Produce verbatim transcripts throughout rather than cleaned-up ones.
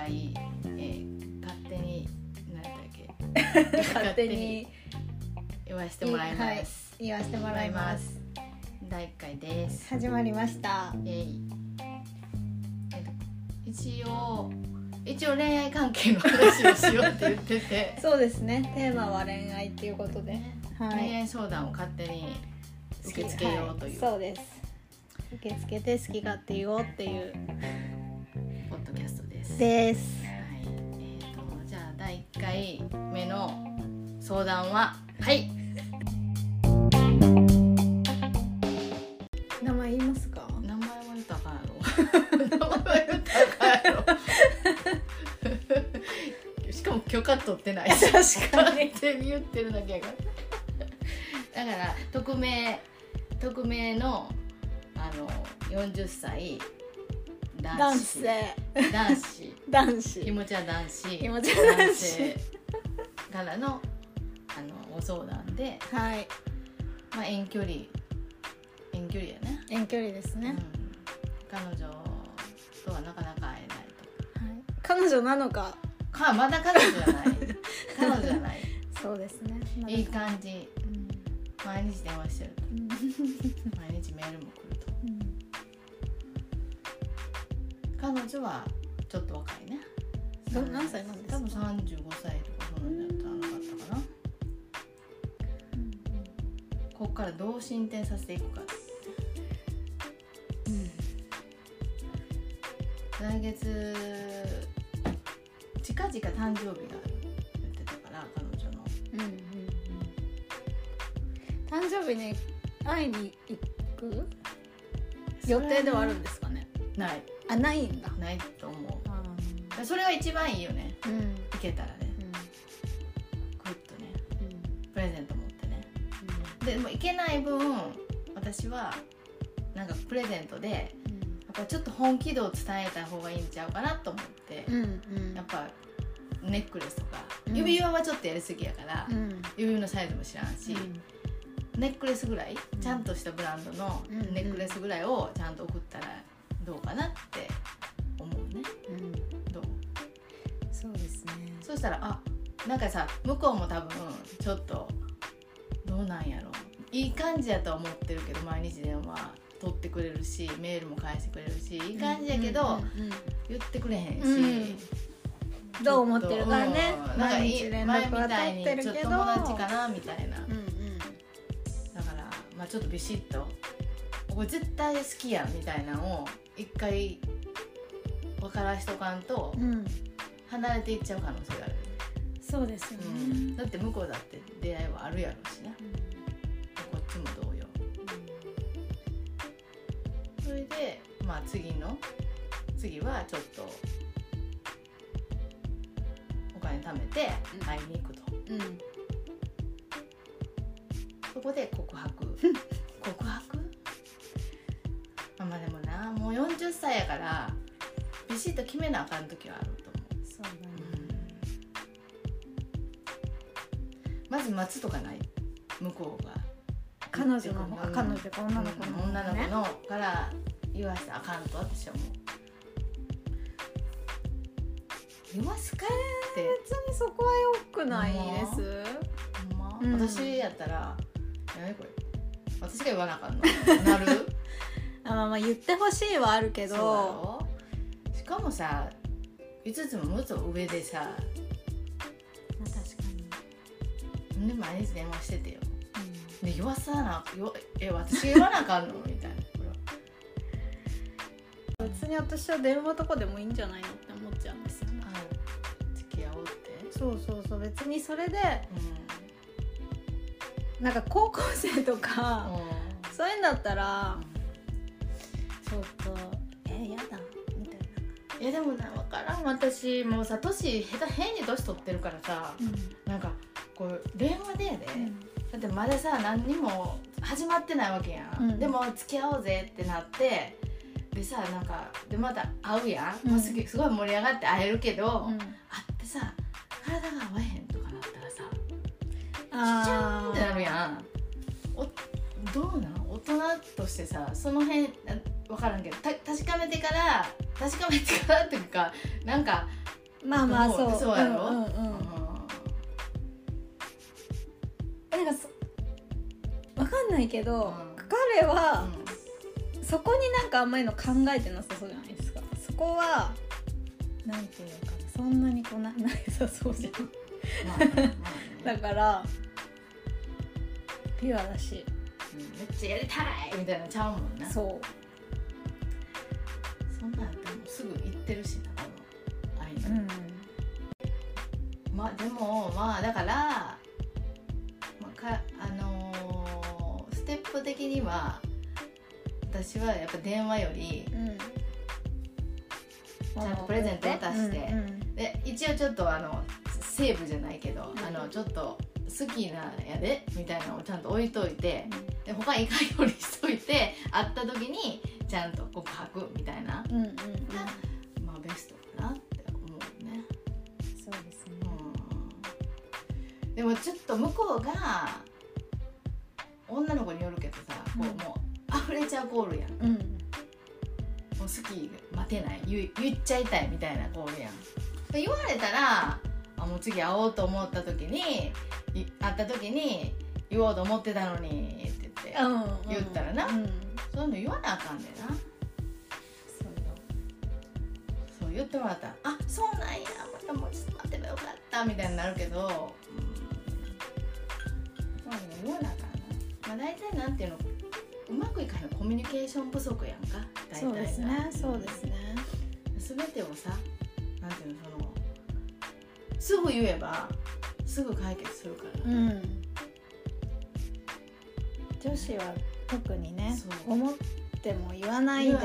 回、えー、勝手に何だっけ勝手に言わせてもらいます、はい、 言わせてもらいます。 だいいっかいです。 始まりました。 えいえっと一応一応恋愛関係の話をしようって言っててそうですね、テーマは恋愛っていうことで、 はい、恋愛相談を勝手に受け付けようという、 はい、そうです。受け付けて好き勝手言おうっていうポッドキャストですです。 はい、えーとじゃあだいいっかいめの相談ははい名前言いますか？ 名前は言ったらあかんやろ名前は言ったらあかんやろしかも許可取ってない確かにって言ってるだけやからだから匿名匿名のあのよんじゅっさい男子男子男子気持ちは男子気持ちは男子からのあのご相談で、 はい、 まあ遠距離遠距離やね。 遠距離ですね、うん、 彼女とはなかなか会えないと、はい、 彼女なのかかまだ彼女じゃない彼女じゃないそうですね、ま、 いい感じ、うん、毎日電話してると、うん、毎日メールも来ると、うん、彼女はちょっと若いね。 何歳なんですか？ 多分さんじゅうごさいとかそんなんじゃなかったかな、うん、ここからどう進展させていくか、うん、来月近々誕生日が言ってたから彼女の、うんうんうん、誕生日に会いに行く予定ではあるんですかね？ ない。 あ、ないんだ。 ないと思う。それが一番いいよね、うん、行けたらね、うん、グッとね、うん、プレゼント持ってね、うん、でも行けない分私はなんかプレゼントで、うん、やっぱちょっと本気度を伝えた方がいいんちゃうかなと思って、うんうん、やっぱネックレスとか、うん、指輪はちょっとやりすぎやから、うん、指輪のサイズも知らんし、うん、ネックレスぐらい、うん、ちゃんとしたブランドのネックレスぐらいをちゃんと送ったらどうかなって思うね、うん、どう？ そうですね。 そしたらあなんかさ向こうも多分ちょっとどうなんやろいい感じやとは思ってるけど毎日電話取ってくれるしメールも返してくれるしいい感じやけど、うんうんうんうん、言ってくれへんし、 うん、どう思ってるからね、 うん、毎日連絡は取ってるけど前みたいにちょっと友達かなみたいな、うんうん、だから、まあ、ちょっとビシッとこれ絶対好きやみたいなのを一回分からしとかんと、うん離れていっちゃう可能性がある。 そうですよね、うん、 だって向こうだって出会いはあるやろうしね、うん、こっちも同様、うん、それでまあ次の次はちょっとお金貯めて会いに行くと、うん、そこで告白告白まあまあでもなもうよんじゅっさいやからビシッと決めなあかん時はあると思う。そうだね、うん、まず待つとかない向こうが彼女の方彼女か女の子の、 うん、女の子のから言わせたらあかんと私はもう言わすかって別にそこは良くないです、 まうん、私やったら何これ私が言わなあかんのなるあまあまあ言ってほしいはあるけどしかもさいつつもむつも上でさ、まあ、 確かにで毎日電話しててよ、うん、で言わさなえ私言わなあかんのみたいな別に私は電話とかでもいいんじゃないのって思っちゃうんですよね。 付き合おうってそうそうそう別にそれで、うん、なんか高校生とか、うん、そういうんだったら、うん、ちょっとえやだいやでもな分からん私もうさ年下手変に年取ってるからさ、うん、なんかこう電話でやで、うん、だってまださ何にも始まってないわけやん、うん、でも付き合おうぜってなってでさなんかでまた会うやん、うん、すごい盛り上がって会えるけど、うん、会ってさ体が合わへんとかなったらさあシューンってなるやんおどうなの大人としてさその辺分からんけどた確かめてから確かめてからっていうかなんかまあまあそうそうやろ、 うんうんうん、なんかそ分かんないけど、うん、彼は、うん、そこになんかあんまりの考えてなさそうじゃないですか。そこはなんていうのかな、そんなにこう な, なさそうじゃん、まあまあまあね、だからピュアだし、 うん、めっちゃやりたいみたいなちゃうもんな。 そうそんなんでもすぐ行ってるしな、あの愛の、うん、まあでもまあだから、まあ、かあのー、ステップ的には私はやっぱ電話より、うん、ちゃんとプレゼント渡して、うんうん、で一応ちょっとあのセーブじゃないけど、うん、あのちょっと好きなんやでみたいなのをちゃんと置いといて、うん、で他いかんようにしといて、会った時にちゃんと告白みたいな、うんうんうん、まあベストかなって思うね。 そうですね、 うん、でもちょっと向こうが女の子によるけどさ、うん、こうもう溢れちゃうコールやん、うん、もう好き待てない 言, 言っちゃいたいみたいなコールやん。言われたらあもう次会おうと思った時に会った時に言おうと思ってたのにって言って、うん、言ったらな、うん、そういうの言わなあかんねんな。そうそう言ってもらったらあそうなんやまたもうちょっと待ってばよかったみたいになるけど、うん、まあ言わなあかんな。まあ大体なんていうのうまくいかないコミュニケーション不足やんか大体。 そうですねそうですね。 全てをさなんていうのそのすぐ言えばすぐ解決するから、うん、 女子は特にね思っても言わないで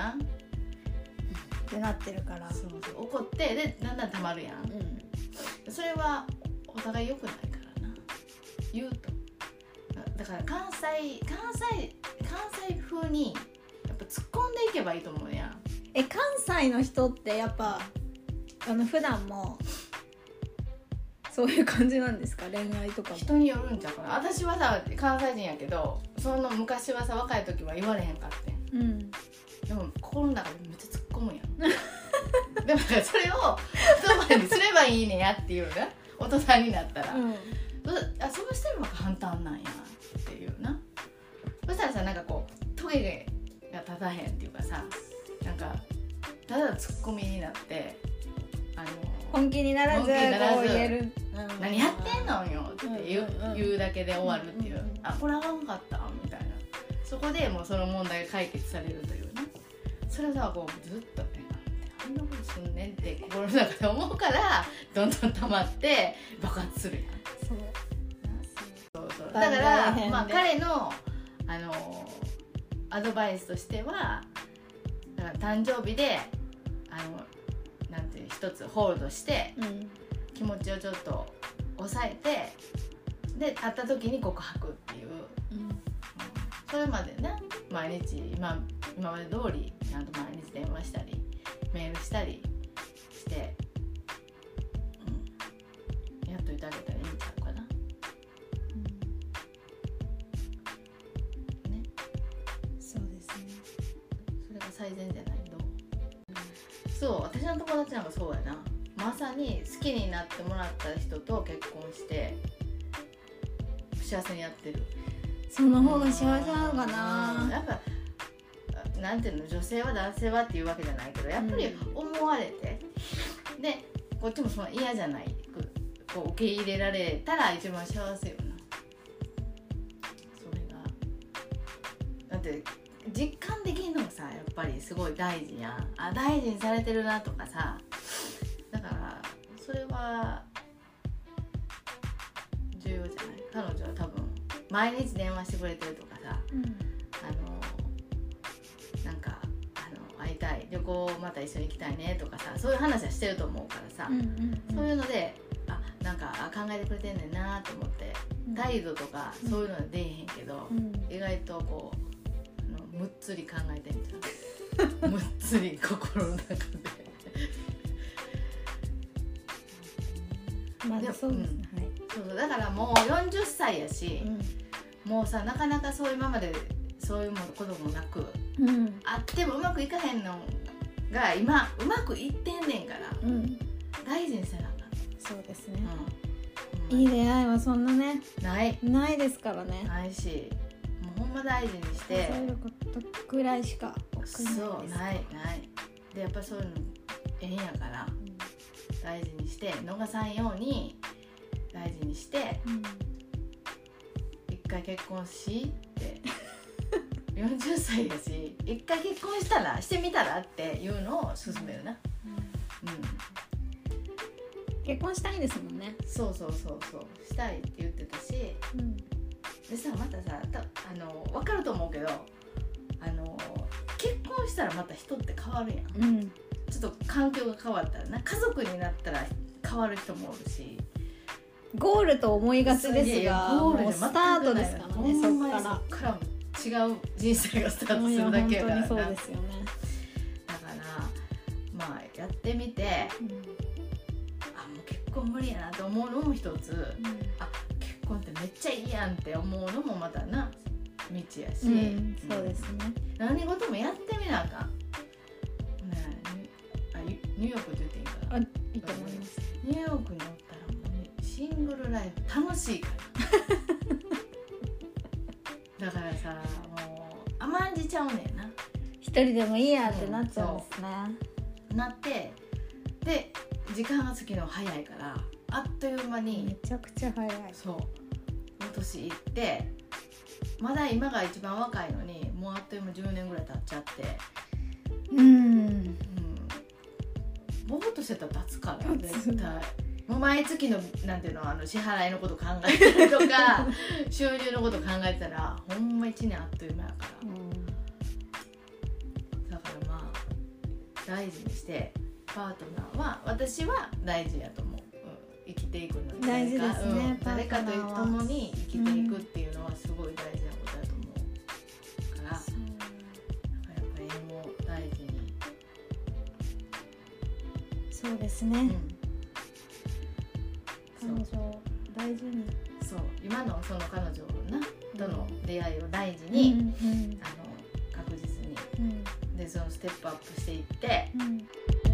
ってなってるから。 そうそう怒ってでだんだん溜まるやん、うん、それはお互い良くないからな言うと。だから関西関西関西風にやっぱ突っ込んでいけばいいと思うやん。 え関西の人ってやっぱあの普段もそういう感じなんですか？恋愛とかも人によるんちゃうかな。私はさ関西人やけどその昔はさ若い時は言われへんかってん、うん、でも心の中でめっちゃ突っ込むやんでもそれを言葉にすればいいねやっていうね大人になったら、うん、あそうしてるのが簡単なんやっていうな。そしたらさなんかこうトゲが立たへんっていうかさなんかただのツッコミになってあの本気にならずこう言える何やってんのよって言 う,、うんうん、言うだけで終わるっていう、うんうん、あこれあかんかったみたいな。そこでもうその問題が解決されるというね。それさこうずっとねあんなことすんねんって心の中で思うからどんどん溜まって爆発するやん。そうそうそうだから、まあ、彼の、あのアドバイスとしてはだから誕生日であのなんていう一つホールドして、うん、気持ちをちょっと抑えてで会った時に告白っていう、うんうん、それまでね毎日 今, 今まで通りちゃんと毎日電話したりメールしたりして、うん、やっといてあげたらいいんちゃうかな、うん、ね。 そうですね。 それが最善じゃないと、うん、そう私の友達なんかそうやな。まさに好きになってもらった人と結婚して幸せにやってる。 その方が幸せなのかな。 やっぱなんていうの女性は男性はっていうわけじゃないけどやっぱり思われて、うん、でこっちもその嫌じゃないこう受け入れられたら一番幸せよな。それがだって実感できるのがさやっぱりすごい大事やん。あ大事にされてるなとかさだからそれは重要じゃない。彼女は多分毎日電話してくれてるとかさ、うん、あのなんかあの会いたい旅行また一緒に行きたいねとかさそういう話はしてると思うからさ、うんうんうん、そういうのであなんか考えてくれてんねんなと思って、うん、態度とかそういうのは出えへんけど、うん、意外とこうあのむっつり考えてみたむっつり心の中でまだそうですね、 うんはい、そうだからもうよんじゅっさいやし、うん、もうさなかなかそういう今までそういうこともなく、うん、あってもうまくいかへんのが今うまくいってんねんから、うん、 大事にせなあかん。 そうですね、 うん、 いい出会いはそんなねないないですからね。 ないし、もうほんま大事にしてそういうことぐらいしか起きないです。 そうないないで、やっぱそういうのええんやから、うん、大事にして逃さんように大事にして、うん、一回結婚しってよんじゅっさいやし一回結婚したらしてみたらっていうのを勧めるな、うんうん、 結婚したいんですもんね。 そうそうそうそうしたいって言ってたし、うん、でさまたさたあの分かると思うけど、あの結婚したらまた人って変わるやん、うん、ちょっと環境が変わったらな、家族になったら変わる人もおるし、 ゴールと思いがちですが、もうスタートですからね。そっからそっから違う人生がスタートするだけやからな。 本当にそうですよね。 だからまあやってみて、うん、あもう結婚無理やなと思うのも一つ、うん、あ結婚ってめっちゃいいやんって思うのもまたな道やし、うん、 そうですね。 何事もやってみなあかん。ねあニューヨークって言っていいかな。 あいいと思います。 ニューヨークにおったらもうシングルライフ楽しいからだからさもう甘んじちゃうねんな。 一人でもいいやってなっちゃうんですね、 うん、なってで時間が過ぎるの早いからあっという間にめちゃくちゃ早い。 そう年いってまだ今が一番若いのにもうあっという間じゅうねんぐらい経っちゃってうん、うん、ぼーっとしてたら経つから絶対もう毎月のなんていうのあの支払いのこと考えたりとか収入のこと考えたらほんまいちねんあっという間やから、うん、だからまあ大事にしてパートナーは私は大事やと思う、うん、生きていくのに大事ですね、 うん、誰かと共に生きていくっていうのはすごい大事なことだと思うから、うん、やっぱり縁を大事にそうですね、うん彼女を大事にそう今のその彼女なとの出会いを大事に、うんうん、あの確実に、うん、でそのステップアップしていって、うん、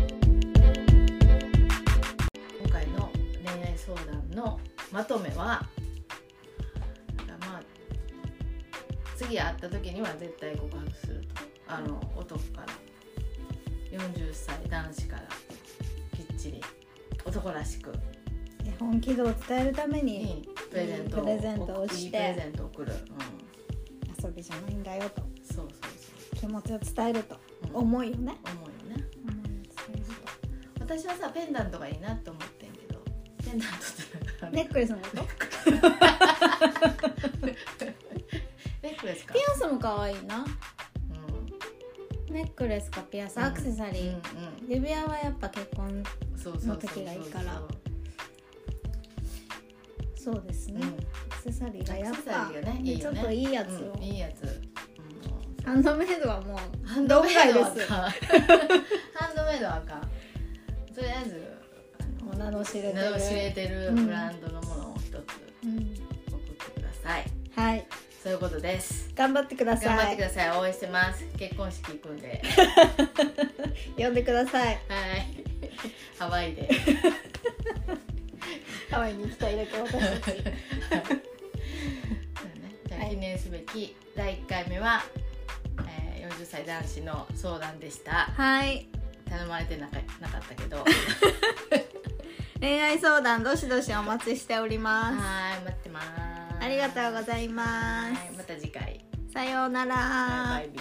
今回の恋愛相談のまとめはまあ次会った時には絶対告白するとあの男からよんじゅっさい男子からきっちり男らしく本気度を伝えるためにプレゼントを、 プレゼントをしていいプレゼントを送る、うん、 遊びじゃないんだよとそうそうそう気持ちを伝えると、うん、思いをね思いをね思いを伝えると私はさペンダントがいいなと思ってんけどペンダントってネックレスのことネックレスかピアスも可愛いな、うん、ネックレスかピアス、アクセサリー、うんうんうん、指輪はやっぱ結婚の時がいいからそうですね、うん、アクセサリーがやっぱ、ねいいね、ちょっといいやつを、 うん、いいやつ、うん、 ハンドメイドはもうハンドメイドはあかんハンドメイドはあかんとりあえずあの名の知れてる名の知れてるブランドのものを一つ送ってください、 うん、はいそういうことです。 頑張ってください。 頑張ってください。応援してます。結婚式行くんで呼んでください。はいハワイでハワイに行きたいだけ私たちじゃあ記念すべきだいいっかいめは、えー、よんじゅっさい男子の相談でした。 はい頼まれてなか、なかったけど恋愛相談どしどしお待ちしております。 はい待ってます。 ありがとうございます。 はいまた次回さようなら。 バイバイビー。